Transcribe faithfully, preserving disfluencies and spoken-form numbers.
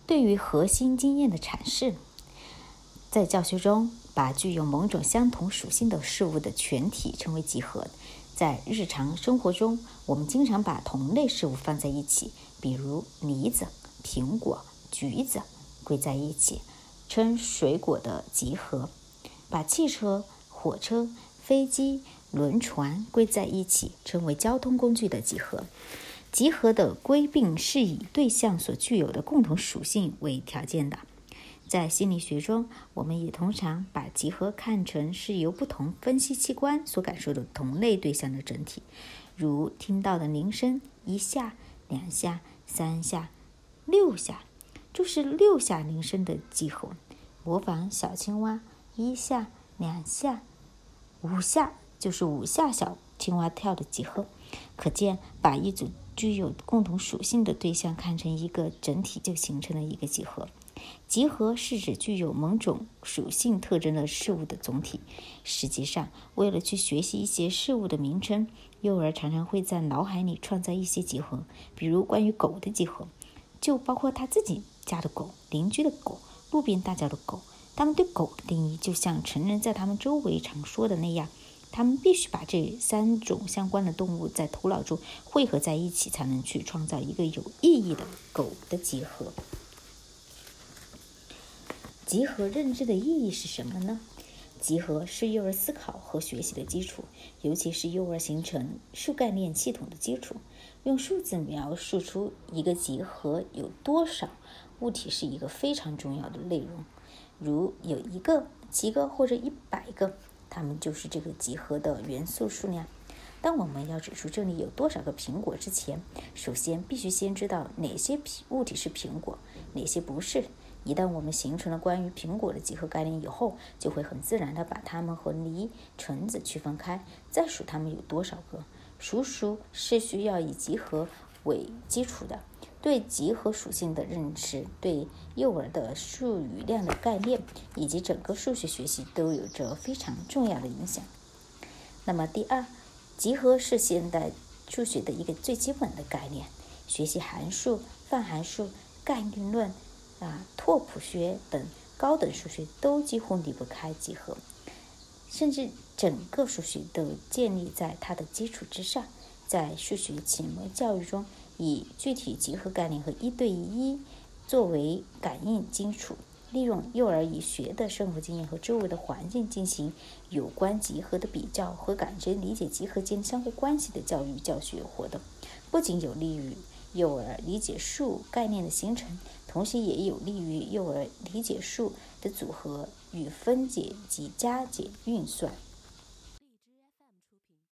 对于核心经验的阐释。在教学中，把具有某种相同属性的事物的全体称为集合。在日常生活中，我们经常把同类事物放在一起，比如梨子、苹果、橘子归在一起，称水果的集合；把汽车、火车、飞机、轮船归在一起，称为交通工具的集合。集合的归并是以对象所具有的共同属性为条件的。在心理学中，我们也通常把集合看成是由不同分析器官所感受的同类对象的整体，如听到的铃声一下、两下、三下、六下，就是六下铃声的集合；模仿小青蛙一下、两下、五下，就是五下小青蛙跳的集合。可见，把一组具有共同属性的对象看成一个整体，就形成了一个集合。集合是指具有某种属性特征的事物的总体。实际上，为了去学习一些事物的名称，幼儿常常会在脑海里创造一些集合，比如关于狗的集合，就包括他自己家的狗、邻居的狗、路边大叫的狗。他们对狗的定义，就像成人在他们周围常说的那样，他们必须把这三种相关的动物在头脑中汇合在一起，才能去创造一个有意义的狗的集合。集合认知的意义是什么呢？集合是幼儿思考和学习的基础，尤其是幼儿形成数概念系统的基础。用数字描述出一个集合有多少物体是一个非常重要的内容。如有一个、几个或者一百个，它们就是这个集合的元素数量。当我们要指出这里有多少个苹果之前，首先必须先知道哪些物体是苹果，哪些不是。一旦我们形成了关于苹果的集合概念以后，就会很自然地把它们和梨、橙子区分开，再数它们有多少个。数数是需要以集合为基础的。对集合属性的认识，对幼儿的数语量的概念，以及整个数学学习都有着非常重要的影响。那么第二，集合是现代数学的一个最基本的概念。学习函数、泛函数、概率论啊，拓扑学等高等数学都几乎离不开集合，甚至整个数学都建立在它的基础之上。在数学启蒙教育中，以具体集合概念和一对一作为感应基础，利用幼儿以学的生活经验和周围的环境进行有关集合的比较和感知，理解集合间相互关系的教育教学活动，不仅有利于幼儿理解数概念的形成，同时也有利于幼儿理解数的组合与分解及加减运算。